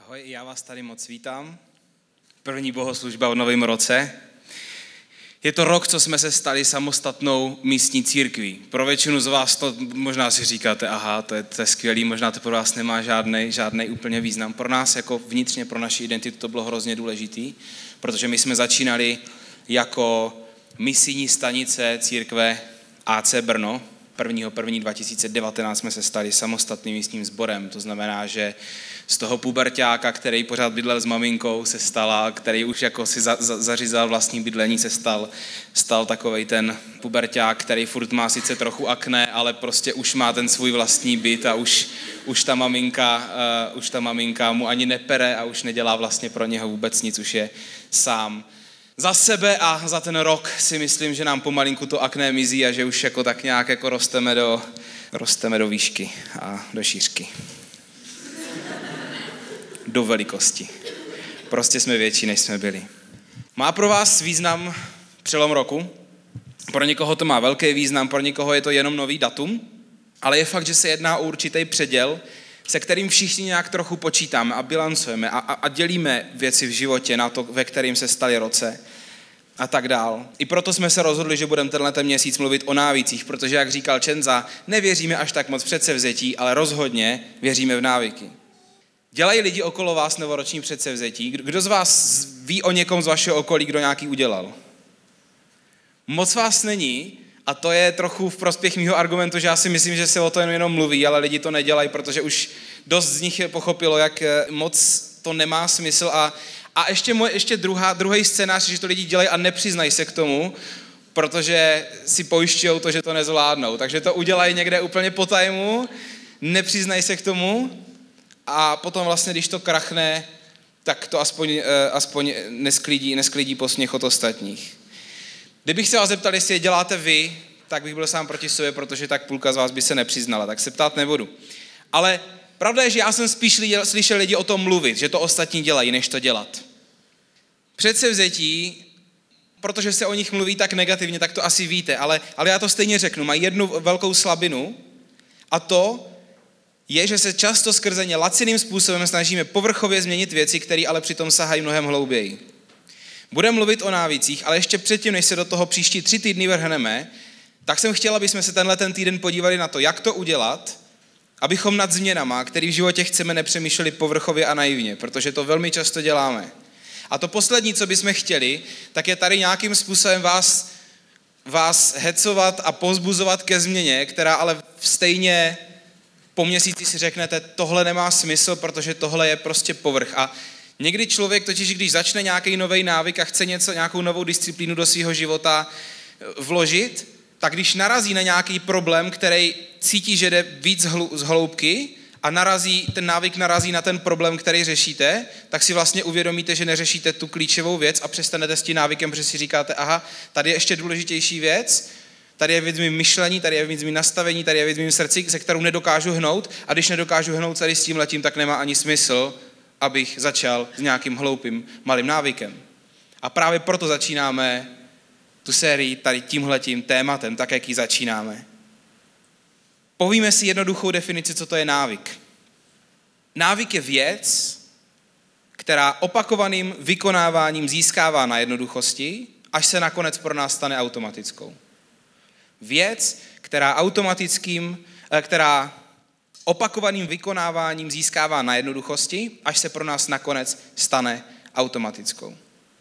Ahoj, já vás tady moc vítám. První bohoslužba v novém roce. Je to rok, co jsme se stali samostatnou místní církví. Pro většinu z vás to možná si říkáte, aha, to je skvělý, možná to pro vás nemá žádný úplně význam. Pro nás jako vnitřně, pro naši identitu to bylo hrozně důležitý, protože my jsme začínali jako misijní stanice církve AC Brno. 1.1.2019 jsme se stali samostatným místním sborem. To znamená, že z toho puberťáka, který pořád bydlel s maminkou, se stala, který už jako si zařízal vlastní bydlení, se stal takovej ten puberťák, který furt má sice trochu akné, ale prostě už má ten svůj vlastní byt a už ta maminka mu ani nepere a už nedělá vlastně pro něho vůbec nic, už je sám. Za sebe a za ten rok si myslím, že nám pomalinku to akné mizí a že už jako tak nějak jako rosteme do výšky a do šířky. Do velikosti. Prostě jsme větší, než jsme byli. Má pro vás význam přelom roku? Pro někoho to má velký význam, pro někoho je to jenom nový datum, ale je fakt, že se jedná o určitý předěl, se kterým všichni nějak trochu počítáme a bilancujeme a dělíme věci v životě na to, ve kterým se staly roce a tak dál. I proto jsme se rozhodli, že budeme tenhle měsíc mluvit o návycích, protože, jak říkal Čenza, nevěříme až tak moc předsevzetí, ale rozhodně věříme v návyky. Dělají lidi okolo vás novoroční předsevzetí? Kdo z vás ví o někom z vašeho okolí, kdo nějaký udělal? Moc vás není. A to je trochu v prospěch mýho argumentu, že já si myslím, že se o to jenom mluví, ale lidi to nedělají, protože už dost z nich pochopilo, jak moc to nemá smysl. A ještě druhý scénář, že to lidi dělají a nepřiznají se k tomu, protože si pojišťují to, že to nezvládnou. Takže to udělají někde úplně po tajmu, nepřiznají se k tomu a potom vlastně, když to krachne, tak to aspoň nesklidí posměch od ostatních. Kdybych se vás zeptal, jestli je děláte vy, tak bych byl sám proti sobě, protože tak půlka z vás by se nepřiznala, tak se ptát nebudu. Ale pravda je, že já jsem spíš slyšel lidi o tom mluvit, že to ostatní dělají, než to dělat. Předsevzetí, protože se o nich mluví tak negativně, tak to asi víte, ale já to stejně řeknu, mají jednu velkou slabinu a to je, že se často skrze ně laciným způsobem snažíme povrchově změnit věci, které ale přitom sahají mnohem hlouběji. Budeme mluvit o návycích, ale ještě předtím, než se do toho příští 3 týdny vrhneme, tak jsem chtěl, aby jsme se tenhle týden podívali na to, jak to udělat, abychom nad změnama, které v životě chceme, nepřemýšleli povrchově a naivně, protože to velmi často děláme. A to poslední, co bychom chtěli, tak je tady nějakým způsobem vás hecovat a povzbuzovat ke změně, která ale stejně po měsíci si řeknete, tohle nemá smysl, protože tohle je prostě povrch. A někdy člověk totiž, když začne nějaký nový návyk a chce nějakou novou disciplínu do svého života vložit, tak když narazí na nějaký problém, který cítí, že jde víc z hloubky a ten návyk narazí na ten problém, který řešíte, tak si vlastně uvědomíte, že neřešíte tu klíčovou věc a přestanete s tím návykem, protože si říkáte, aha, tady je ještě důležitější věc, tady je věc mým myšlení, tady je věc mým nastavení, tady je věc mým srdci, se kterou nedokážu hnout a když nedokážu hnout tady s tímhletím, tak nemá ani smysl, abych začal s nějakým hloupým malým návykem. A právě proto začínáme tu sérii tady tímhletím tématem, tak jak ji začínáme. Povíme si jednoduchou definici, co to je návyk. Návyk je věc, která opakovaným vykonáváním získává na jednoduchosti, až se nakonec pro nás stane automatickou. Věc, která opakovaným vykonáváním získává na jednoduchosti, až se pro nás nakonec stane automatickou.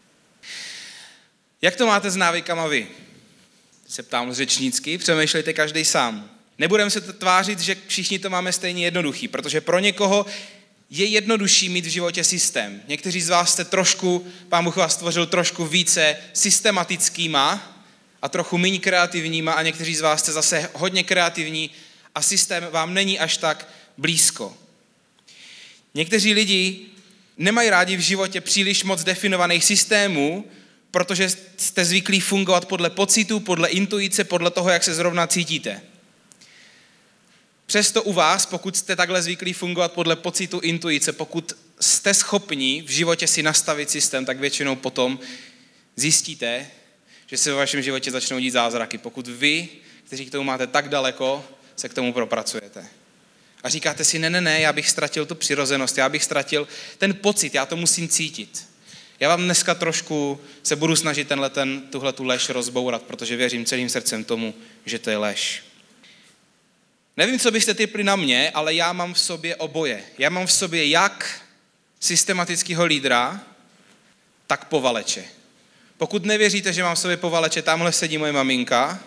Jak to máte s návykama vy? Se ptám řečnícky, přemýšlejte každý sám. Nebudeme se tvářit, že všichni to máme stejně jednoduchý, protože pro někoho je jednodušší mít v životě systém. Někteří z vás jste Pán Bůh vás stvořil trošku více systematickýma a trochu méně kreativníma a někteří z vás jste zase hodně kreativní a systém vám není až tak blízko. Někteří lidi nemají rádi v životě příliš moc definovaných systémů, protože jste zvyklí fungovat podle pocitu, podle intuice, podle toho, jak se zrovna cítíte. Přesto u vás, pokud jste takhle zvyklí fungovat podle pocitu, intuice, pokud jste schopni v životě si nastavit systém, tak většinou potom zjistíte, že se ve vašem životě začnou dít zázraky. Pokud vy, kteří k tomu máte tak daleko, se k tomu propracujete. A říkáte si, ne, já bych ztratil tu přirozenost, já bych ztratil ten pocit, já to musím cítit. Já vám dneska trošku se budu snažit tuhletu lež rozbourat, protože věřím celým srdcem tomu, že to je lež. Nevím, co byste tipli na mě, ale já mám v sobě oboje. Já mám v sobě jak systematického lídra, tak povaleče. Pokud nevěříte, že mám v sobě povaleče, tamhle sedí moje maminka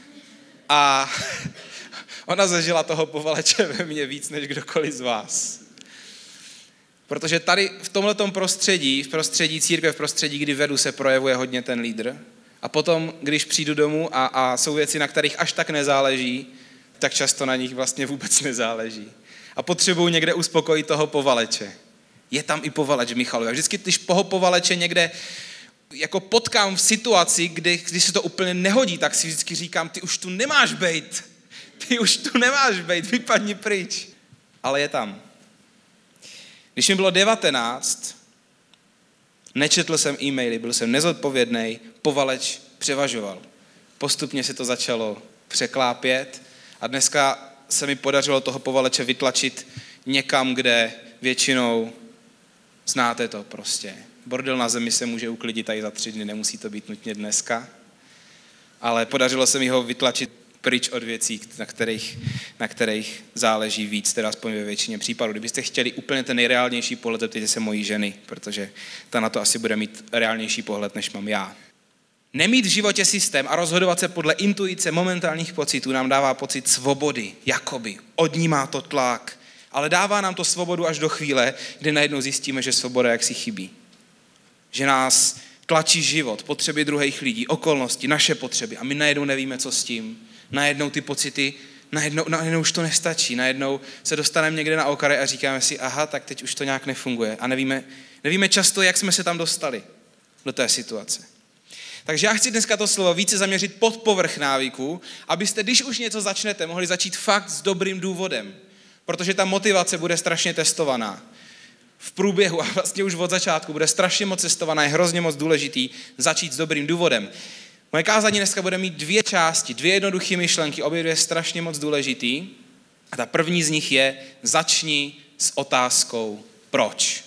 a ona zažila toho povaleče ve mně víc než kdokoliv z vás. Protože tady v tomhletom prostředí, v prostředí církve, v prostředí, kdy vedu, se projevuje hodně ten lídr. A potom, když přijdu domů a jsou věci, na kterých až tak nezáleží, tak často na nich vlastně vůbec nezáleží. A potřebuju někde uspokojit toho povaleče. Je tam i povaleč, Michalu. Já vždycky, když toho povaleče někde jako potkám v situaci, když se to úplně nehodí, tak si vždycky říkám, ty už tu nemáš bejt. Vypadni pryč. Ale je tam. Když mi bylo 19, nečetl jsem e-maily, byl jsem nezodpovědnej, povaleč převažoval. Postupně se to začalo překlápět a dneska se mi podařilo toho povaleče vytlačit někam, kde většinou znáte to prostě. Bordel na zemi se může uklidit tady za 3 dny, nemusí to být nutně dneska. Ale podařilo se mi ho vytlačit pryč od věcí, na kterých záleží víc, teda aspoň ve většině případů. Kdybyste chtěli úplně ten nejreálnější pohled, zeptejte se mojí ženy, protože ta na to asi bude mít reálnější pohled, než mám já. Nemít v životě systém a rozhodovat se podle intuice momentálních pocitů nám dává pocit svobody, jakoby. Odnímá to tlak, ale dává nám to svobodu až do chvíle, kdy najednou zjistíme, že svoboda jaksi chybí. Že nás tlačí život, potřeby druhých lidí, okolnosti, naše potřeby a my najednou nevíme, co s tím. Najednou ty pocity, najednou už to nestačí, najednou se dostaneme někde na okraj a říkáme si, aha, tak teď už to nějak nefunguje a nevíme často, jak jsme se tam dostali do té situace. Takže já chci dneska to slovo více zaměřit pod povrch návyků, abyste, když už něco začnete, mohli začít fakt s dobrým důvodem, protože ta motivace bude strašně testovaná. V průběhu a vlastně už od začátku bude strašně moc testovaná, je hrozně moc důležitý začít s dobrým důvodem. Moje kázání dneska bude mít 2 části, 2 jednoduché myšlenky, obě 2 strašně moc důležitý. A ta první z nich je, začni s otázkou proč.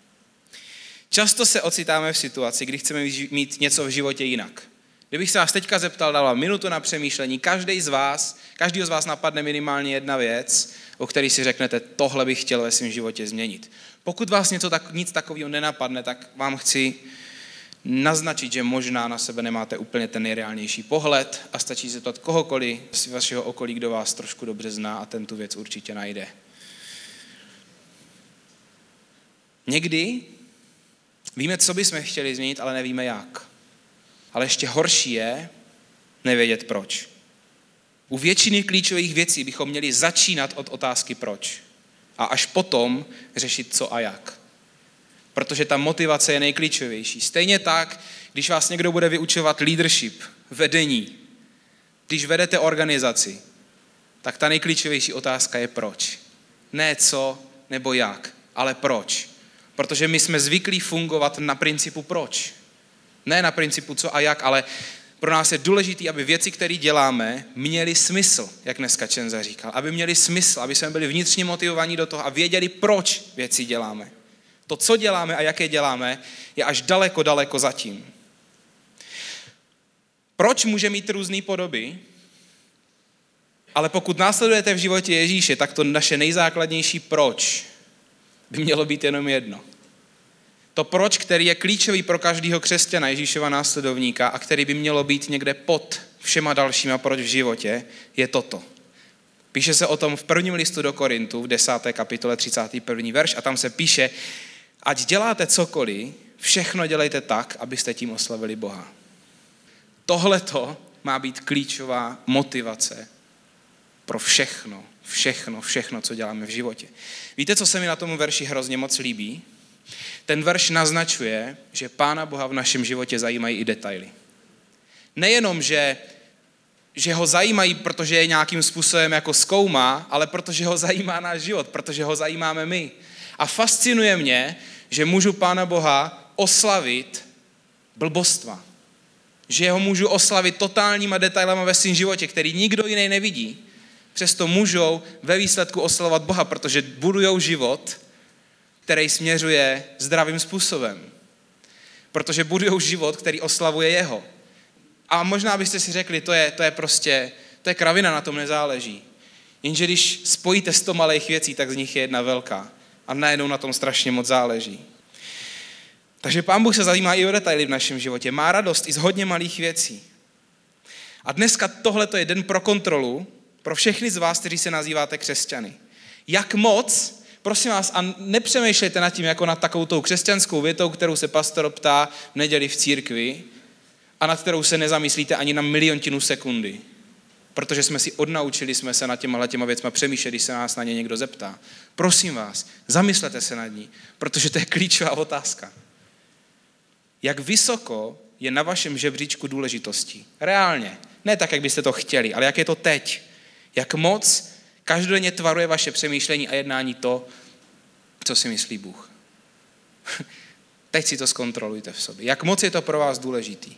Často se ocitáme v situaci, kdy chceme mít něco v životě jinak. Kdybych se vás teďka zeptal, dal vám minutu na přemýšlení, každýho z vás napadne minimálně jedna věc, o které si řeknete, tohle bych chtěl ve svém životě změnit. Pokud vás nic takového nenapadne, tak vám chci naznačit, že možná na sebe nemáte úplně ten nejreálnější pohled a stačí se zeptat kohokoliv z vašeho okolí, kdo vás trošku dobře zná a ten tu věc určitě najde. Někdy víme, co bychom chtěli změnit, ale nevíme jak. Ale ještě horší je nevědět proč. U většiny klíčových věcí bychom měli začínat od otázky proč. A až potom řešit co a jak. Protože ta motivace je nejklíčovější. Stejně tak, když vás někdo bude vyučovat leadership, vedení, když vedete organizaci, tak ta nejklíčovější otázka je proč. Ne co nebo jak, ale proč. Protože my jsme zvyklí fungovat na principu proč. Ne na principu co a jak, ale pro nás je důležité, aby věci, které děláme, měly smysl, jak dneska Čenza říkal. Aby měly smysl, aby jsme byli vnitřně motivovaní do toho a věděli, proč věci děláme. To, co děláme a jaké děláme, je až daleko, daleko zatím. Proč může mít různé podoby? Ale pokud následujete v životě Ježíše, tak to naše nejzákladnější proč by mělo být jenom jedno. To proč, který je klíčový pro každého křesťana, Ježíšova následovníka a který by mělo být někde pod všema dalšíma proč v životě, je toto. Píše se o tom v 1. listu do Korintu, v 10. kapitole 31. verš a tam se píše, ať děláte cokoliv, všechno dělejte tak, abyste tím oslavili Boha. Tohleto má být klíčová motivace pro všechno, co děláme v životě. Víte, co se mi na tom verši hrozně moc líbí? Ten verš naznačuje, že Pána Boha v našem životě zajímají i detaily. Nejenom, že ho zajímají, protože je nějakým způsobem jako zkoumá, ale protože ho zajímá náš život, protože ho zajímáme my. A fascinuje mě, že můžu Pána Boha oslavit blbostva. Že ho můžu oslavit totálníma detailama ve svém životě, který nikdo jiný nevidí, přesto můžou ve výsledku oslavovat Boha, protože budujou život, který směřuje zdravým způsobem. Protože budujou život, který oslavuje jeho. A možná byste si řekli, to je kravina, na tom nezáleží. Jenže když spojíte 100 malých věcí, tak z nich je jedna velká. A najednou na tom strašně moc záleží. Takže Pán Bůh se zajímá i o detaily v našem životě. Má radost i z hodně malých věcí. A dneska tohle je den pro kontrolu pro všechny z vás, kteří se nazýváte křesťany. Jak moc, prosím vás, a nepřemýšlejte nad tím jako nad takovou tou křesťanskou větou, kterou se pastor ptá v neděli v církvi a nad kterou se nezamyslíte ani na miliontinu sekundy. Protože odnaučili jsme se nad těma věcma přemýšlet, když se nás na ně někdo zeptá. Prosím vás, zamyslete se nad ní, protože to je klíčová otázka. Jak vysoko je na vašem žebříčku důležitosti? Reálně. Ne tak, jak byste to chtěli, ale jak je to teď. Jak moc každodenně tvaruje vaše přemýšlení a jednání to, co si myslí Bůh. Teď si to zkontrolujte v sobě. Jak moc je to pro vás důležitý?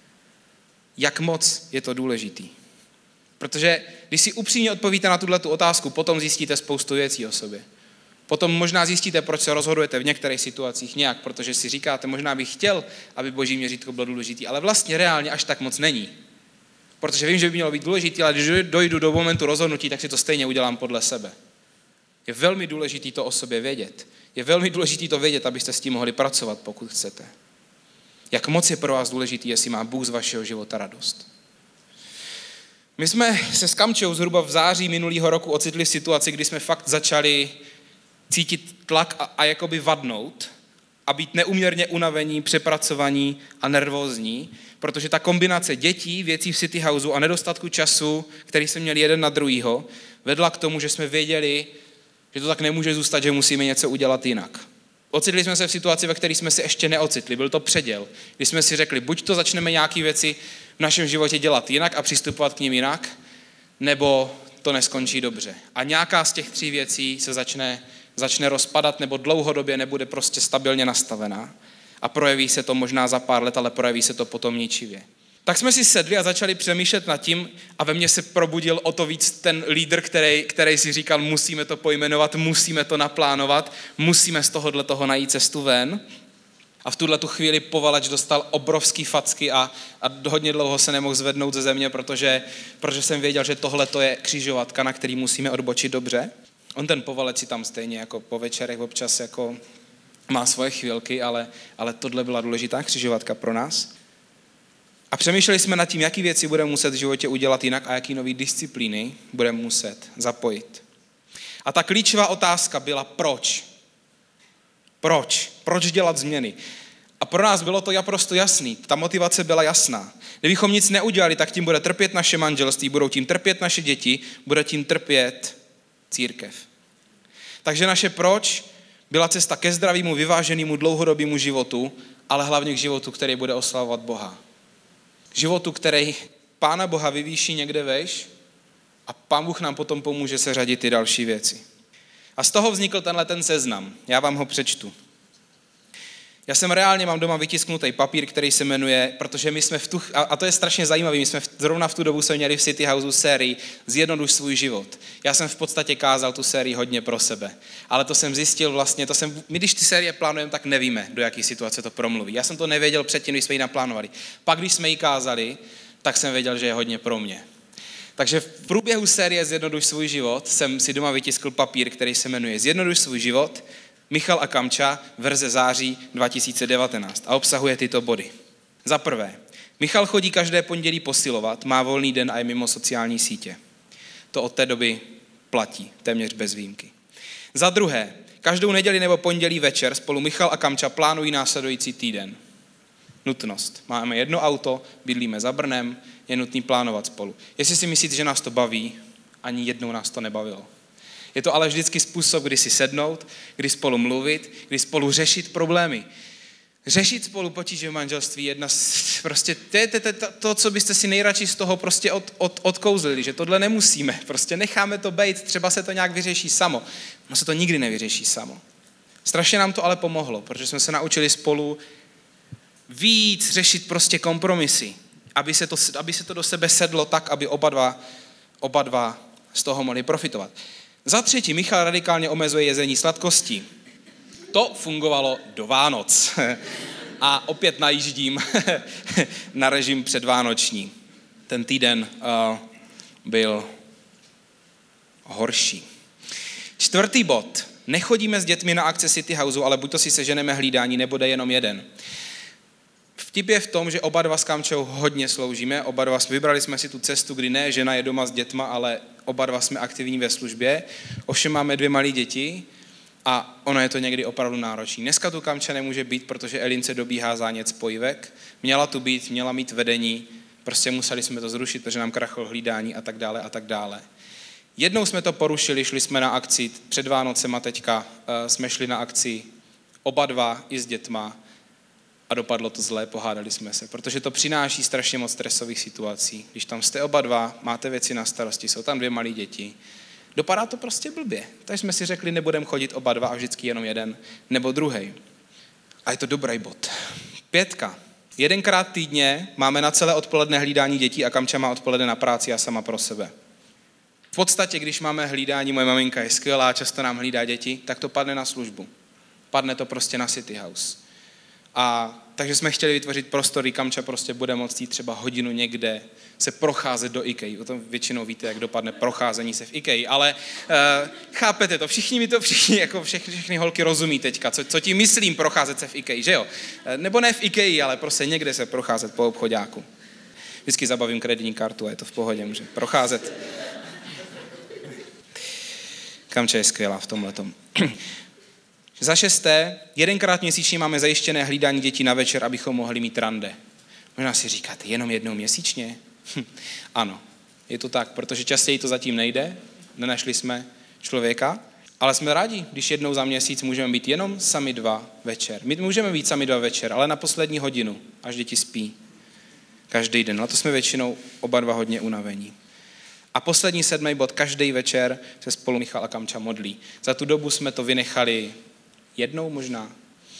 Jak moc je to důležitý? Protože když si upřímně odpovíte na tuto otázku, potom zjistíte spoustu věcí o sobě. Potom možná zjistíte, proč se rozhodujete v některých situacích nějak, protože si říkáte, možná bych chtěl, aby boží měřítko bylo důležitý, ale vlastně reálně až tak moc není. Protože vím, že by mělo být důležitý, ale když dojdu do momentu rozhodnutí, tak si to stejně udělám podle sebe. Je velmi důležitý to o sobě vědět. Je velmi důležitý to vědět, abyste s tím mohli pracovat, pokud chcete. Jak moc je pro vás důležitý, jestli má Bůh z vašeho života radost. My jsme se s Kamčou zhruba v září minulého roku ocitli v situaci, kdy jsme fakt začali cítit tlak a jakoby vadnout a být neúměrně unavení, přepracovaní a nervózní, protože ta kombinace dětí, věcí v City Houseu a nedostatku času, který jsme měli jeden na druhýho, vedla k tomu, že jsme věděli, že to tak nemůže zůstat, že musíme něco udělat jinak. Ocitli jsme se v situaci, ve které jsme si ještě neocitli. Byl to předěl, kdy jsme si řekli, buď to začneme nějaké věci v našem životě dělat jinak a přistupovat k nim jinak, nebo to neskončí dobře. A nějaká z těch 3 věcí se začne rozpadat, nebo dlouhodobě nebude prostě stabilně nastavená. A projeví se to možná za pár let, ale projeví se to potom ničivě. Tak jsme si sedli a začali přemýšlet nad tím a ve mně se probudil o to víc ten lídr, který si říkal, musíme to pojmenovat, musíme to naplánovat, musíme z toho najít cestu ven. A v tuhle tu chvíli povalač dostal obrovský facky a hodně dlouho se nemohl zvednout ze země, protože jsem věděl, že tohle to je křižovatka, na který musíme odbočit dobře. On ten povalač si tam stejně jako po večerech občas jako má svoje chvilky, ale tohle byla důležitá křižovatka pro nás. A přemýšleli jsme nad tím, jaký věci budeme muset v životě udělat jinak a jaký nový disciplíny budeme muset zapojit. A ta klíčová otázka byla proč? Proč? Proč dělat změny? A pro nás bylo to naprosto jasný. Ta motivace byla jasná. Kdybychom nic neudělali, tak tím bude trpět naše manželství, budou tím trpět naše děti, bude tím trpět církev. Takže naše proč byla cesta ke zdravému, vyváženému, dlouhodobému životu, ale hlavně k životu, který bude oslavovat Boha. Životu, který Pána Boha vyvýší někde vejš a Pán Bůh nám potom pomůže seřadit ty další věci. A z toho vznikl ten seznam. Já vám ho přečtu. Já jsem reálně mám doma vytisknutý papír, který se jmenuje, protože my jsme a to je strašně zajímavé, my jsme zrovna v tu dobu jsme měli v City Houseu sérii Zjednoduš svůj život. Já jsem v podstatě kázal tu sérii hodně pro sebe, ale to jsem zjistil vlastně, my když ty série plánujeme, tak nevíme, do jaké situace to promluví. Já jsem to nevěděl předtím, když jsme ji naplánovali. Pak, když jsme ji kázali, tak jsem věděl, že je hodně pro mě. Takže v průběhu série Zjednoduš svůj život jsem si doma vytiskl papír, který se jmenuje Zjednoduš svůj život, Michal a Kamča, verze září 2019 a obsahuje tyto body. Za prvé, Michal chodí každé pondělí posilovat, má volný den a je mimo sociální sítě. To od té doby platí, téměř bez výjimky. Za druhé, každou neděli nebo pondělí večer spolu Michal a Kamča plánují následující týden. Nutnost. Máme jedno auto, bydlíme za Brnem, je nutný plánovat spolu. Jestli si myslíte, že nás to baví, ani jednou nás to nebavilo. Je to ale vždycky způsob, kdy si sednout, kdy spolu mluvit, kdy spolu řešit problémy. Řešit spolu potíže v manželství prostě to, co byste si nejradši z toho prostě odkouzlili, že tohle nemusíme, prostě necháme to bejt, třeba se to nějak vyřeší samo. No se to nikdy nevyřeší samo. Strašně nám to ale pomohlo, protože jsme se naučili spolu víc řešit prostě kompromisy, aby se to do sebe sedlo tak, aby oba dva z toho mohli profitovat. Za třetí, Michal radikálně omezuje jezení sladkostí. To fungovalo do Vánoc. A opět najíždím na režim předvánoční. Ten týden byl horší. Čtvrtý bod. Nechodíme s dětmi na akce City Houseu, ale buď to si seženeme hlídání, nebo jde jenom jeden. Vtip je v tom, že oba dva s Kamčou hodně sloužíme, vybrali jsme si tu cestu, kdy ne žena je doma s dětma, ale oba dva jsme aktivní ve službě. Ovšem máme 2 malé děti a ono je to někdy opravdu náročné. Dneska tu Kamča nemůže být, protože Elince dobíhá zánět spojivek. Měla tu být, měla mít vedení, prostě museli jsme to zrušit, protože nám krachl hlídání a tak dále a tak dále. Jednou jsme to porušili, šli jsme na akci před Vánocema teďka, jsme šli na akci oba dva i s dětma a dopadlo to zlé, pohádali jsme se, protože to přináší strašně moc stresových situací. Když tam jste oba dva, máte věci na starosti, jsou tam 2 malé děti, dopadá to prostě blbě. Takže jsme si řekli, nebudeme chodit oba dva a vždycky jenom jeden nebo druhej. A je to dobrý bod. 5. 1krát týdně máme na celé odpoledne hlídání dětí a Kamča má odpoledne na práci a sama pro sebe. V podstatě, když máme hlídání, moje maminka je skvělá, často nám hlídá děti, tak to padne na službu. Padne to prostě na City House. A takže jsme chtěli vytvořit prostor, kdy Kamča prostě bude moct jít třeba hodinu někde se procházet do IKEA. O tom většinou víte, jak dopadne procházení se v IKEA, ale chápete to, všechny holky rozumí teďka, co tím myslím procházet se v IKEA, že jo? Nebo ne v IKEA, ale prostě někde se procházet po obchoďáku. Vždycky zabavím kreditní kartu a je to v pohodě, může procházet. Kamča je skvělá v tomhletom. Za 6. 1krát měsíčně máme zajištěné hlídání dětí na večer, abychom mohli mít rande. Možná si říkáte, jenom jednou měsíčně? Ano, je to tak, protože častěji to zatím nejde, nenašli jsme člověka, ale jsme rádi, když jednou za měsíc můžeme být jenom sami 2 večer. My můžeme být sami 2 večer, ale na poslední hodinu, až děti spí. Každý den, ale to jsme většinou oba dva hodně unavení. A poslední 7. bod, každý večer se spolu Michal a Kamča modlí. Za tu dobu jsme to vynechali jednou možná.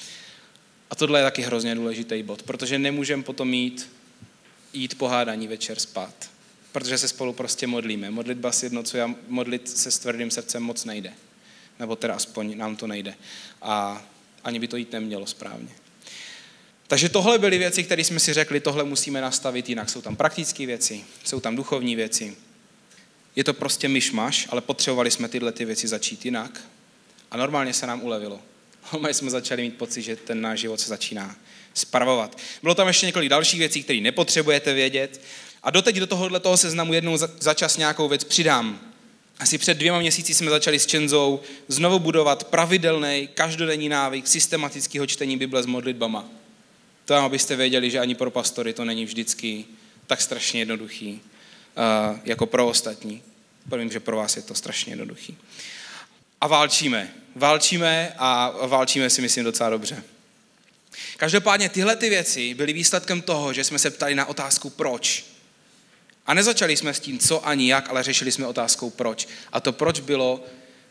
A tohle je taky hrozně důležitý bod, protože nemůžeme potom jít pohádání večer spát. Protože se spolu prostě modlíme. Modlitba sjednocuje a modlit se s tvrdým srdcem moc nejde. Nebo teda aspoň nám to nejde. A ani by to jít nemělo správně. Takže tohle byly věci, které jsme si řekli, tohle musíme nastavit jinak. Jsou tam praktické věci, jsou tam duchovní věci. Je to prostě myšmaš, ale potřebovali jsme tyhle ty věci začít jinak. A normálně se nám ulevilo. My jsme začali mít pocit, že ten náš život se začíná spravovat. Bylo tam ještě několik dalších věcí, které nepotřebujete vědět. A doteď do tohoto seznamu jednou za čas nějakou věc přidám. Asi před 2 měsíci jsme začali s Čenzou znovu budovat pravidelný, každodenní návyk systematického čtení Bible s modlitbama. To abyste věděli, že ani pro pastory to není vždycky tak strašně jednoduchý, jako pro ostatní. Vím, že pro vás je to strašně jednoduchý. A válčíme a válčíme si myslím docela dobře. Každopádně tyhle ty věci byly výsledkem toho, že jsme se ptali na otázku proč. A nezačali jsme s tím co ani jak, ale řešili jsme otázkou proč. A to proč bylo,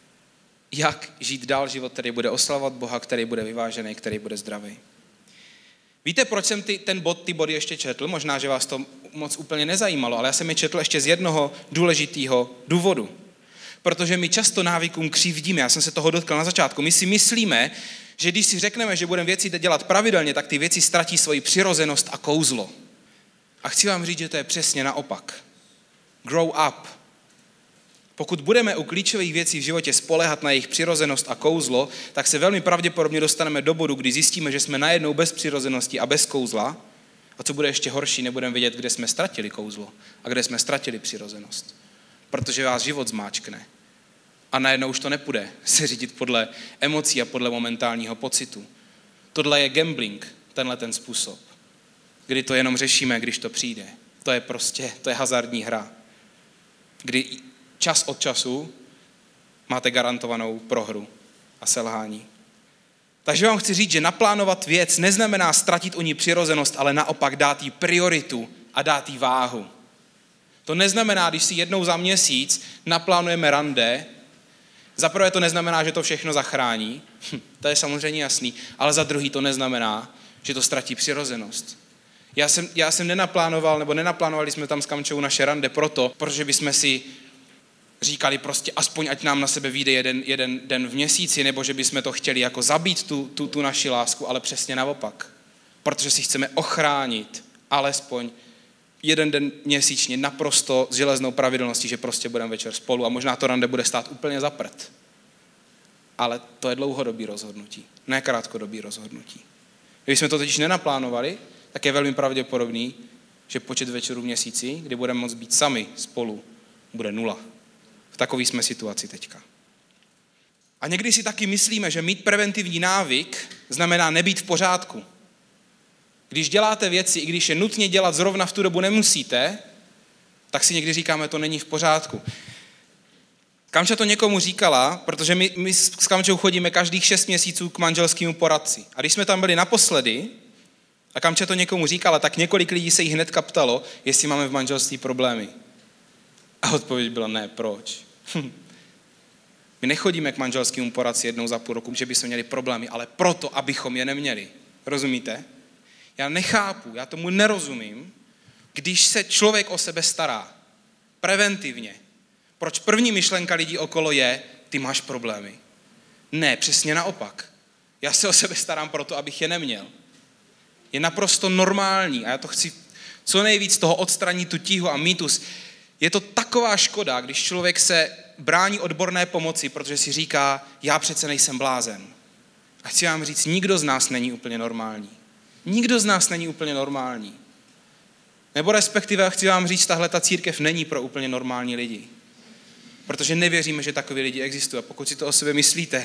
jak žít dál život, který bude oslavovat Boha, který bude vyvážený, který bude zdravý. Víte, proč jsem ty body ještě četl? Možná, že vás to moc úplně nezajímalo, ale já jsem je četl ještě z jednoho důležitého důvodu. Protože my často návykům křivdíme, já jsem se toho dotkl na začátku. My si myslíme, že když si řekneme, že budeme věci dělat pravidelně, tak ty věci ztratí svoji přirozenost a kouzlo. A chci vám říct, že to je přesně naopak. Grow up. Pokud budeme u klíčových věcí v životě spoléhat na jejich přirozenost a kouzlo, tak se velmi pravděpodobně dostaneme do bodu, kdy zjistíme, že jsme najednou bez přirozenosti a bez kouzla. A co bude ještě horší, nebudeme vědět, kde jsme ztratili kouzlo a kde jsme ztratili přirozenost. Protože vás život zmáčkne. A najednou už to nepůjde se řídit podle emocí a podle momentálního pocitu. Tohle je gambling, tenhle ten způsob. Kdy to jenom řešíme, když to přijde. To je hazardní hra. Kdy čas od času máte garantovanou prohru a selhání. Takže vám chci říct, že naplánovat věc neznamená ztratit u ní přirozenost, ale naopak dát jí prioritu a dát jí váhu. To neznamená, když si jednou za měsíc naplánujeme rande, za prvé to neznamená, že to všechno zachrání, to je samozřejmě jasný, ale za druhý to neznamená, že to ztratí přirozenost. Já jsem nenaplánovali jsme tam s Kamčou naše rande protože bychom si říkali prostě aspoň ať nám na sebe vyjde jeden den v měsíci, nebo že bychom to chtěli jako zabít tu naši lásku, ale přesně naopak. Protože si chceme ochránit alespoň jeden den měsíčně naprosto s železnou pravidelností, že prostě budeme večer spolu a možná to rande bude stát úplně za prd. Ale to je dlouhodobý rozhodnutí, ne krátkodobý rozhodnutí. Kdybychom to totiž nenaplánovali, tak je velmi pravděpodobný, že počet večerů v měsíci, kdy budeme moct být sami spolu, bude 0. V takové jsme situaci teďka. A někdy si taky myslíme, že mít preventivní návyk znamená nebýt v pořádku. Když děláte věci, i když je nutně dělat zrovna v tu dobu nemusíte, tak si někdy říkáme, to není v pořádku. Kamča to někomu říkala, protože my s Kamčou chodíme každých 6 měsíců k manželskému poradci. A když jsme tam byli naposledy, a Kamča to někomu říkala, tak několik lidí se jí hnedka ptalo, jestli máme v manželství problémy. A odpověď byla ne, proč? My nechodíme k manželskému poradci jednou za půl roku, že bychom měli problémy, ale proto, abychom je neměli. Rozumíte? Já nechápu, já tomu nerozumím, když se člověk o sebe stará preventivně. Proč první myšlenka lidí okolo je, ty máš problémy? Ne, přesně naopak. Já se o sebe starám proto, abych je neměl. Je naprosto normální a já to chci co nejvíc toho odstranit tu tíhu a mýtus. Je to taková škoda, když člověk se brání odborné pomoci, protože si říká, já přece nejsem blázen. A chci vám říct, nikdo z nás není úplně normální. Nikdo z nás není úplně normální. Nebo respektive chci vám říct, tahle ta církev není pro úplně normální lidi. Protože nevěříme, že takoví lidi existují. A pokud si to o sebe myslíte,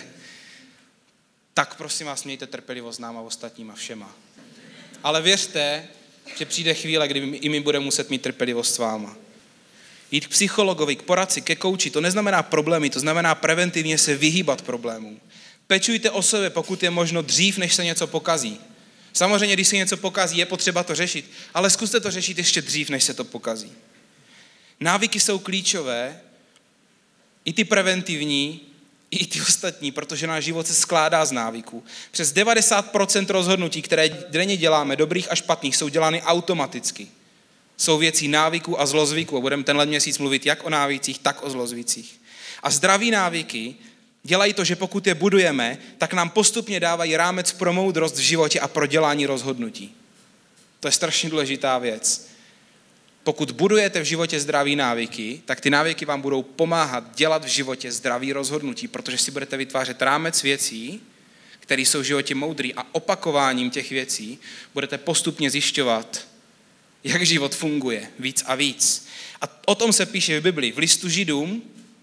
tak prosím vás, mějte trpělivost s náma ostatníma všema. Ale věřte, že přijde chvíle, kdy i my budeme muset mít trpělivost s váma. Jít k psychologovi, k poradci, ke kouči, to neznamená problémy, to znamená preventivně se vyhýbat problémům. Pečujte o sebe, pokud je možno dřív, než se něco pokazí. Samozřejmě, když se něco pokazí, je potřeba to řešit, ale zkuste to řešit ještě dřív, než se to pokazí. Návyky jsou klíčové, i ty preventivní, i ty ostatní, protože náš život se skládá z návyků. Přes 90% rozhodnutí, které denně děláme, dobrých a špatných, jsou dělány automaticky. Jsou věcí návyků a zlozvyků. A budeme tenhle měsíc mluvit jak o návycích, tak o zlozvycích. A zdraví návyky dělají to, že pokud je budujeme, tak nám postupně dávají rámec pro moudrost v životě a pro dělání rozhodnutí. To je strašně důležitá věc. Pokud budujete v životě zdraví návyky, tak ty návyky vám budou pomáhat dělat v životě zdravý rozhodnutí, protože si budete vytvářet rámec věcí, které jsou v životě moudrý a opakováním těch věcí budete postupně zjišťovat, jak život funguje víc a víc. A o tom se píše v Biblii, v listu Židům,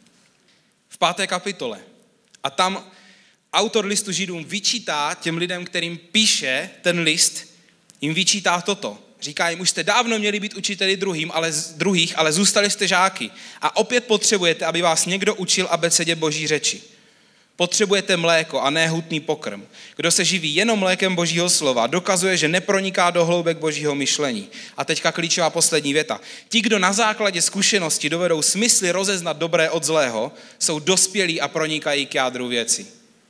v 5. kapitole. A tam autor listu Židům vyčítá těm lidem, kterým píše ten list, jim vyčítá toto. Říká jim, už jste dávno měli být učiteli druhých, ale zůstali jste žáky. A opět potřebujete, aby vás někdo učil abecedě boží řeči. Potřebujete mléko a ne hutný pokrm. Kdo se živí jenom mlékem božího slova, dokazuje, že neproniká do hloubek božího myšlení. A teďka klíčová poslední věta. Ti, kdo na základě zkušenosti dovedou smysly rozeznat dobré od zlého, jsou dospělí a pronikají k jádru věci.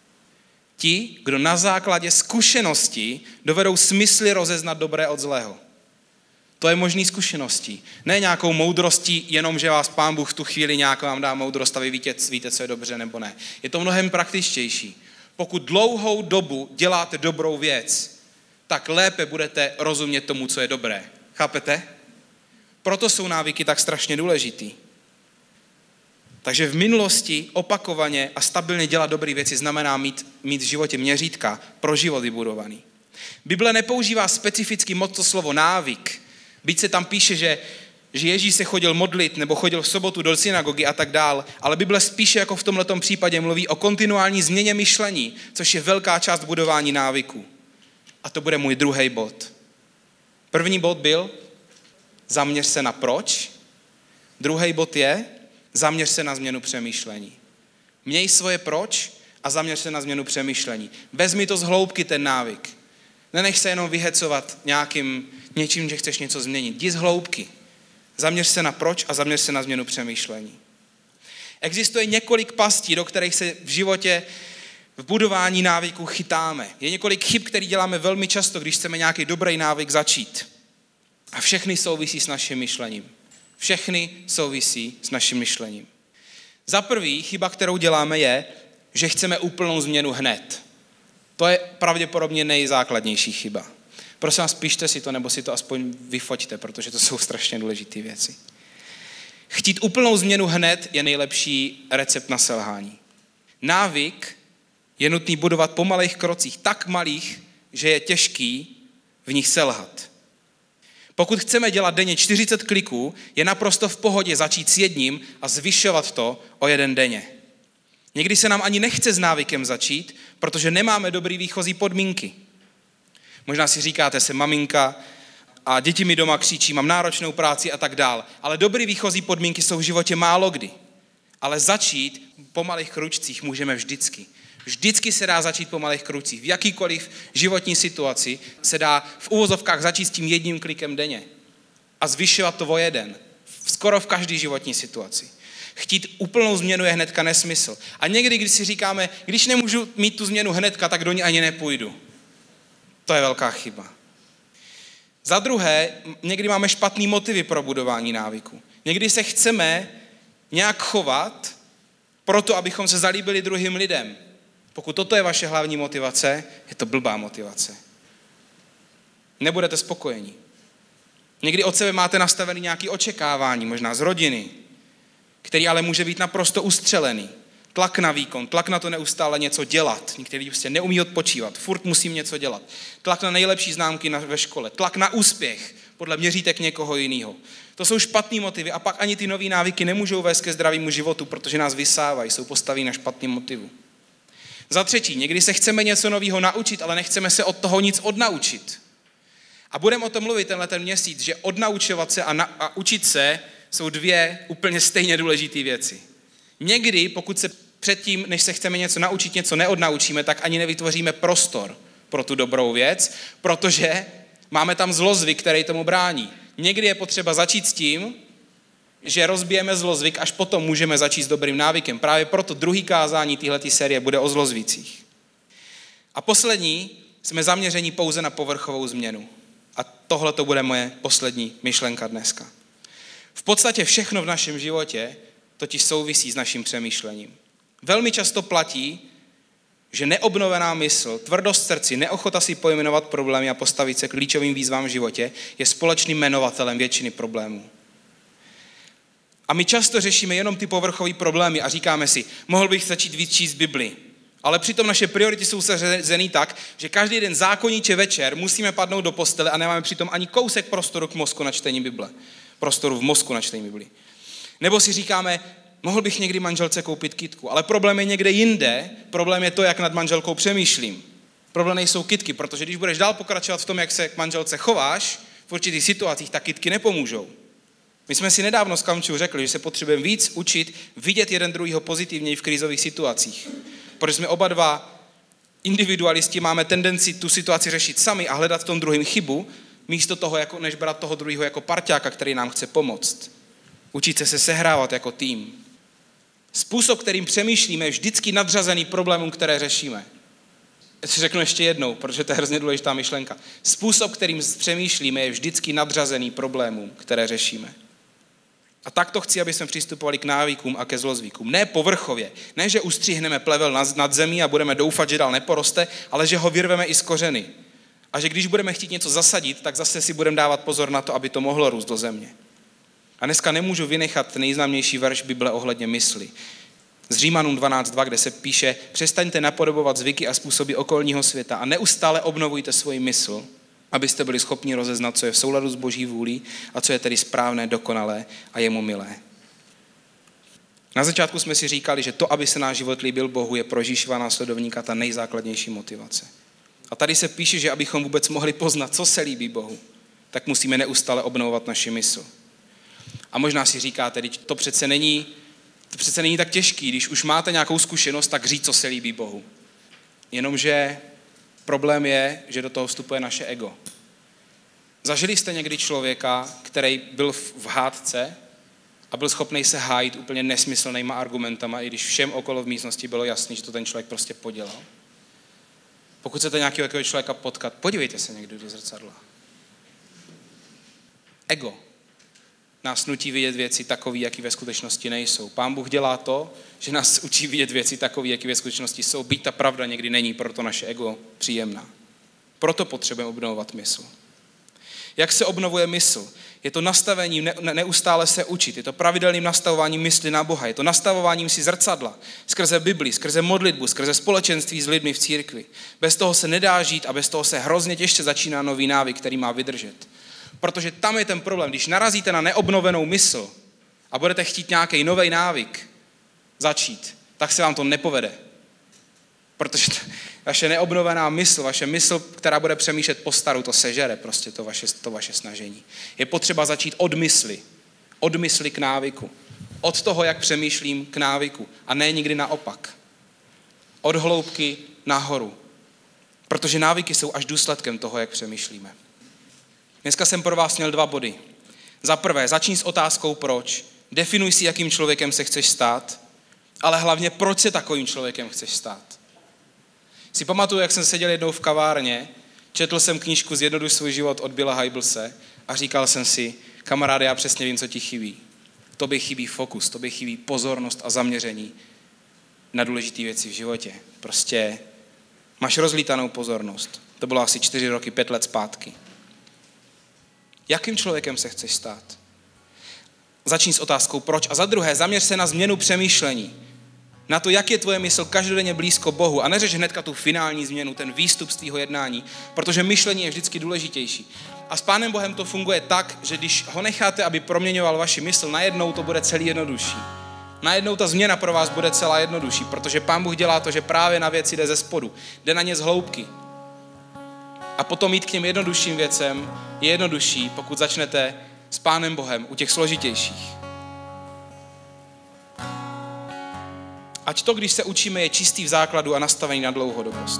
Ti, kdo na základě zkušenosti dovedou smysly rozeznat dobré od zlého. To je možný zkušeností. Ne nějakou moudrostí, jenom že vás Pán Bůh v tu chvíli nějak vám dá moudrost a vy víte, co je dobře nebo ne. Je to mnohem praktičtější. Pokud dlouhou dobu děláte dobrou věc, tak lépe budete rozumět tomu, co je dobré. Chápete? Proto jsou návyky tak strašně důležitý. Takže v minulosti opakovaně a stabilně dělat dobré věci znamená mít v životě měřítka pro život vybudovaný. Bible nepoužívá specificky moc to slovo návyk. Byť se tam píše, že Ježíš se chodil modlit nebo chodil v sobotu do synagogy a tak dál, ale Bible spíše jako v tomhletom případě mluví o kontinuální změně myšlení, což je velká část budování návyků. A to bude můj druhý bod. První bod byl zaměř se na proč. Druhý bod je zaměř se na změnu přemýšlení. Měj svoje proč a zaměř se na změnu přemýšlení. Vezmi to z hloubky ten návyk. Nenech se jenom vyhecovat něčím, že chceš něco změnit. Jdi z hloubky. Zaměř se na proč a zaměř se na změnu přemýšlení. Existuje několik pastí, do kterých se v životě v budování návyků chytáme. Je několik chyb, které děláme velmi často, když chceme nějaký dobrý návyk začít. A všechny souvisí s naším myšlením. Všechny souvisí s naším myšlením. Za prvý, chyba, kterou děláme, je, že chceme úplnou změnu hned. To je pravděpodobně nejzákladnější chyba. Prosím vás, pište si to, nebo si to aspoň vyfoťte, protože to jsou strašně důležité věci. Chtít úplnou změnu hned je nejlepší recept na selhání. Návyk je nutný budovat po malých krocích, tak malých, že je těžký v nich selhat. Pokud chceme dělat denně 40 kliků, je naprosto v pohodě začít s jedním a zvyšovat to o jeden denně. Někdy se nám ani nechce s návykem začít, protože nemáme dobrý výchozí podmínky. Možná si říkáte, jsem maminka a děti mi doma křičí, mám náročnou práci a tak dál. Ale dobrý výchozí podmínky jsou v životě málo kdy. Ale začít po malých kručcích můžeme vždycky. Vždycky se dá začít po malých kručcích. V jakýkoliv životní situaci se dá v uvozovkách začít s tím jedním klikem denně. A zvyšovat to o jeden. Skoro v každé životní situaci. Chtít úplnou změnu je hnedka nesmysl. A někdy, když si říkáme, když nemůžu mít tu změnu hnedka, tak do ní ani nepůjdu. To je velká chyba. Za druhé, někdy máme špatný motivy pro budování návyku. Někdy se chceme nějak chovat proto, abychom se zalíbili druhým lidem. Pokud toto je vaše hlavní motivace, je to blbá motivace. Nebudete spokojení. Někdy od sebe máte nastavený nějaké očekávání, možná z rodiny, který ale může být naprosto ustřelený. Tlak na výkon, tlak na to neustále něco dělat. Někteří lidi prostě neumí odpočívat, furt musím něco dělat. Tlak na nejlepší známky ve škole, tlak na úspěch podle měřítek někoho jiného. To jsou špatný motivy a pak ani ty nový návyky nemůžou vést ke zdravému životu, protože nás vysávají, jsou postaví na špatným motivu. Za třetí, někdy se chceme něco nového naučit, ale nechceme se od toho nic odnaučit. A budeme o tom mluvit tenhle měsíc, že odnaučovat se a učit se jsou dvě úplně stejně důležité věci. Někdy, pokud se předtím, než se chceme něco naučit, něco neodnaučíme, tak ani nevytvoříme prostor pro tu dobrou věc, protože máme tam zlozvyk, který tomu brání. Někdy je potřeba začít s tím, že rozbijeme zlozvyk, až potom můžeme začít s dobrým návykem. Právě proto druhý kázání téhleté série bude o zlozvicích. A poslední, jsme zaměření pouze na povrchovou změnu. A tohle to bude moje poslední myšlenka dneska. V podstatě všechno v našem životě totiž souvisí s naším přemýšlením. Velmi často platí, že neobnovená mysl, tvrdost srdci, neochota si pojmenovat problémy a postavit se klíčovým výzvám v životě je společným jmenovatelem většiny problémů. A my často řešíme jenom ty povrchové problémy a říkáme si, mohl bych začít víc číst Bibli. Ale přitom naše priority jsou seřazený tak, že každý den zákoníče večer musíme padnout do postele a nemáme přitom ani kousek prostoru k mozku na čtení Bible. Prostoru v mozku na čtení Bibli. Nebo si říkáme, mohl bych někdy manželce koupit kytku, ale problém je někde jinde, problém je to, jak nad manželkou přemýšlím. Problém nejsou kytky, protože když budeš dál pokračovat v tom, jak se k manželce chováš, v určitých situacích, tak kytky nepomůžou. My jsme si nedávno s Kamčou řekli, že se potřebujeme víc učit vidět jeden druhýho pozitivněji v krizových situacích. Protože jsme oba dva individualisti, máme tendenci tu situaci řešit sami a hledat v tom druhém chybu, místo toho, než brát toho druhého jako parťáka, který nám chce pomoct. Učit se sehrávat jako tým. Způsob, kterým přemýšlíme, je vždycky nadřazený problémům, které řešíme. Já si řeknu ještě jednou, protože to je hrozně důležitá myšlenka. Způsob, kterým přemýšlíme, je vždycky nadřazený problémům, které řešíme. A tak to chci, aby jsme přistupovali k návykům a ke zlozvykům. Ne povrchově, ne, že ustřihneme plevel nad zemí a budeme doufat, že dál neporoste, ale že ho vyrveme i z kořeny. A že když budeme chtít něco zasadit, tak zase si budeme dávat pozor na to, aby to mohlo růst do země. A dneska nemůžu vynechat nejznámější verš Bible ohledně mysli. Z Římanům 12.2, kde se píše, přestaňte napodobovat zvyky a způsoby okolního světa a neustále obnovujte svoji mysl, abyste byli schopni rozeznat, co je v souladu s Boží vůlí a co je tedy správné, dokonalé a jemu milé. Na začátku jsme si říkali, že to, aby se náš život líbil Bohu, je pro Ježíšova následovníka ta nejzákladnější motivace. A tady se píše, že abychom vůbec mohli poznat, co se líbí Bohu, tak musíme neustále obnovovat naši mysl. A možná si říkáte, to přece není tak těžký, když už máte nějakou zkušenost, tak říct, co se líbí Bohu. Jenomže problém je, že do toho vstupuje naše ego. Zažili jste někdy člověka, který byl v hádce a byl schopný se hájit úplně nesmyslnýma argumentama, i když všem okolo v místnosti bylo jasný, že to ten člověk prostě podělal? Pokud chcete nějakého takového člověka potkat, podívejte se někdy do zrcadla. Ego. nás nutí vidět věci takové, jaký ve skutečnosti nejsou. Pán Bůh dělá to, že nás učí vidět věci takové, jaký ve skutečnosti jsou. Byť ta pravda někdy není pro to naše ego příjemná. Proto potřebujeme obnovovat mysl. Jak se obnovuje mysl? Je to nastavením neustále se učit. Je to pravidelným nastavováním mysli na Boha. Je to nastavováním si zrcadla skrze Bibli, skrze modlitbu, skrze společenství s lidmi v církvi. Bez toho se nedá žít a bez toho se hrozně těžce začíná nový návyk, který má vydržet. Protože tam je ten problém. Když narazíte na neobnovenou mysl a budete chtít nějaký nový návyk začít, tak se vám to nepovede. Protože vaše neobnovená mysl, vaše mysl, která bude přemýšlet po staru, to sežere prostě to vaše snažení. Je potřeba začít od mysli k návyku. Od toho, jak přemýšlím, k návyku. A ne nikdy naopak. Od hloubky nahoru. Protože návyky jsou až důsledkem toho, jak přemýšlíme. Dneska jsem pro vás měl 2 body. Za prvé, začni s otázkou proč. Definuj si, jakým člověkem se chceš stát, ale hlavně proč se takovým člověkem chceš stát. Si pamatuju, jak jsem seděl jednou v kavárně, četl jsem knížku Zjednoduš svůj život od Billa Hybelse a říkal jsem si, kamaráde, já přesně vím, co ti chybí. Tobě chybí fokus, tobě chybí pozornost a zaměření na důležité věci v životě. Prostě máš rozlítanou pozornost. To bylo asi 4 roky, 5 let zpátky. Jakým člověkem se chceš stát? Začni s otázkou proč a za druhé zaměř se na změnu přemýšlení. Na to, jak je tvoje mysl každodenně blízko Bohu a neřeš hnedka tu finální změnu, ten výstup z tvýho jednání, protože myšlení je vždycky důležitější. A s Pánem Bohem to funguje tak, že když ho necháte, aby proměňoval vaši mysl, najednou to bude celý jednodušší. Najednou ta změna pro vás bude celá jednodušší, protože Pán Bůh dělá to, že právě na věci jde ze spodu, jde na ně z hloubky. A potom jít k těm jednodušším věcem je jednodušší, pokud začnete s Pánem Bohem u těch složitějších. Ať to, když se učíme, je čistý v základu a nastavený na dlouhodobost.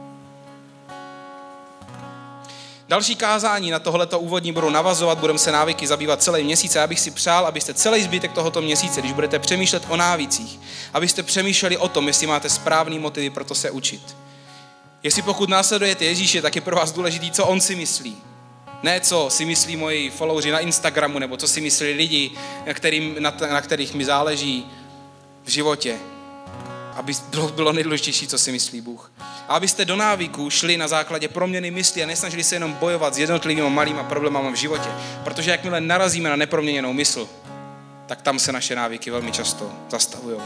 Další kázání na tohleto úvodní budou navazovat, budeme se návyky zabývat celý měsíc a já bych si přál, abyste celý zbytek tohoto měsíce, když budete přemýšlet o návicích, abyste přemýšleli o tom, jestli máte správný motivy pro to se učit. Jestli pokud následujete Ježíše, tak je pro vás důležitý, co on si myslí. Ne, co si myslí moji followeri na Instagramu, nebo co si myslí lidi, na kterých mi záleží v životě. Aby bylo nejdůležitější, co si myslí Bůh. A abyste do návyků šli na základě proměny mysli a nesnažili se jenom bojovat s jednotlivými malýma problémama v životě. Protože jakmile narazíme na neproměněnou mysl, tak tam se naše návyky velmi často zastavují.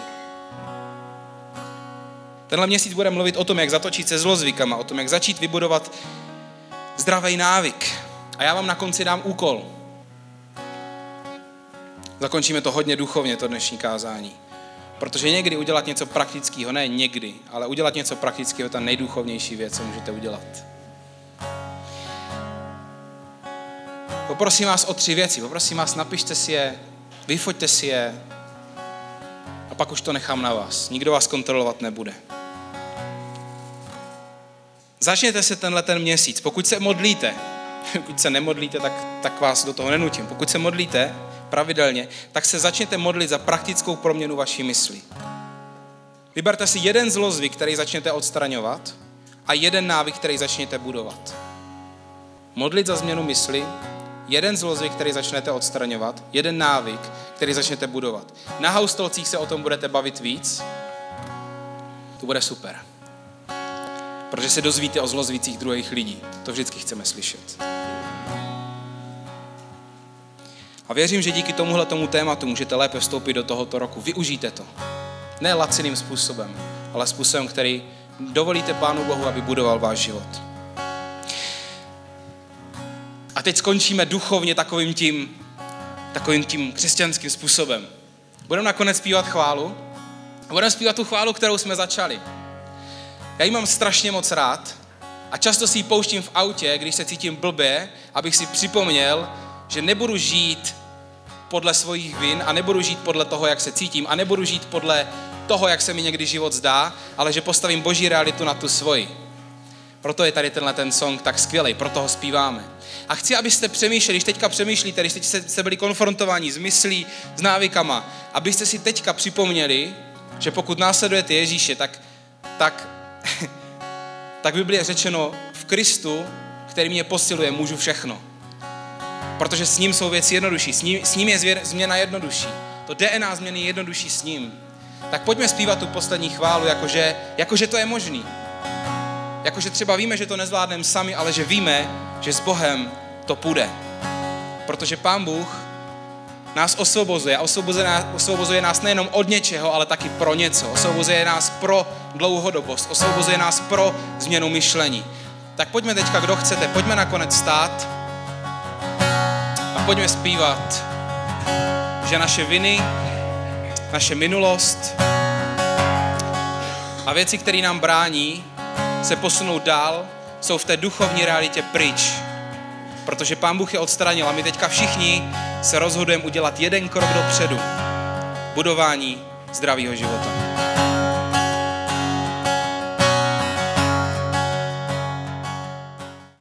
Tenhle měsíc budeme mluvit o tom, jak zatočit se zlozvykama, o tom, jak začít vybudovat zdravý návyk. A já vám na konci dám úkol. Zakončíme to hodně duchovně, to dnešní kázání. Protože někdy udělat něco praktického, ne někdy, ale udělat něco praktického je ta nejduchovnější věc, co můžete udělat. Poprosím vás o 3 věci. Poprosím vás, napište si je, vyfoťte si je a pak už to nechám na vás. Nikdo vás kontrolovat nebude. Začněte se ten měsíc. Pokud se modlíte, pokud se nemodlíte, tak vás do toho nenutím. Pokud se modlíte pravidelně, tak se začněte modlit za praktickou proměnu vaší mysli. Vyberte si jeden zlozvyk, který začněte odstraňovat a jeden návyk, který začněte budovat. Modlit za změnu mysli, jeden zlozvyk, který začnete odstraňovat, jeden návyk, který začnete budovat. Na Haustolcích se o tom budete bavit víc. To bude super. Protože se dozvíte o zlozvicích druhých lidí. To vždycky chceme slyšet. A věřím, že díky tomu tématu můžete lépe vstoupit do tohoto roku. Využijte to. Ne laciným způsobem, ale způsobem, který dovolíte Pánu Bohu, aby budoval váš život. A teď skončíme duchovně takovým tím křesťanským způsobem. Budeme nakonec zpívat chválu. A budeme zpívat tu chválu, kterou jsme začali. Já ji mám strašně moc rád a často si ji pouštím v autě, když se cítím blbě, abych si připomněl, že nebudu žít podle svých vin a nebudu žít podle toho, jak se cítím a nebudu žít podle toho, jak se mi někdy život zdá, ale že postavím Boží realitu na tu svoji. Proto je tady ten song tak skvělej, proto ho zpíváme. A chci, abyste přemýšleli, když teďka přemýšlíte, když teď jste byli konfrontováni s myslí, s návykama, abyste si teďka připomněli, že pokud následujete Ježíše, tak v Biblii je řečeno, v Kristu, který mě posiluje, můžu všechno. Protože s ním jsou věci jednodušší, s ním je změna jednodušší. To DNA změny je jednodušší s ním. Tak pojďme zpívat tu poslední chválu, jakože to je možný. Jakože třeba víme, že to nezvládneme sami, ale že víme, že s Bohem to půjde. Protože Pán Bůh nás osvobozuje. Osvobozuje nás nejenom od něčeho, ale taky pro něco. Osvobozuje nás pro dlouhodobost. Osvobozuje nás pro změnu myšlení. Tak pojďme teďka, kdo chcete, pojďme nakonec stát a pojďme zpívat, že naše viny, naše minulost a věci, které nám brání se posunout dál, jsou v té duchovní realitě pryč. Protože Pán Bůh je odstranil a my teďka všichni se rozhodujeme udělat jeden krok dopředu. Budování zdravého života.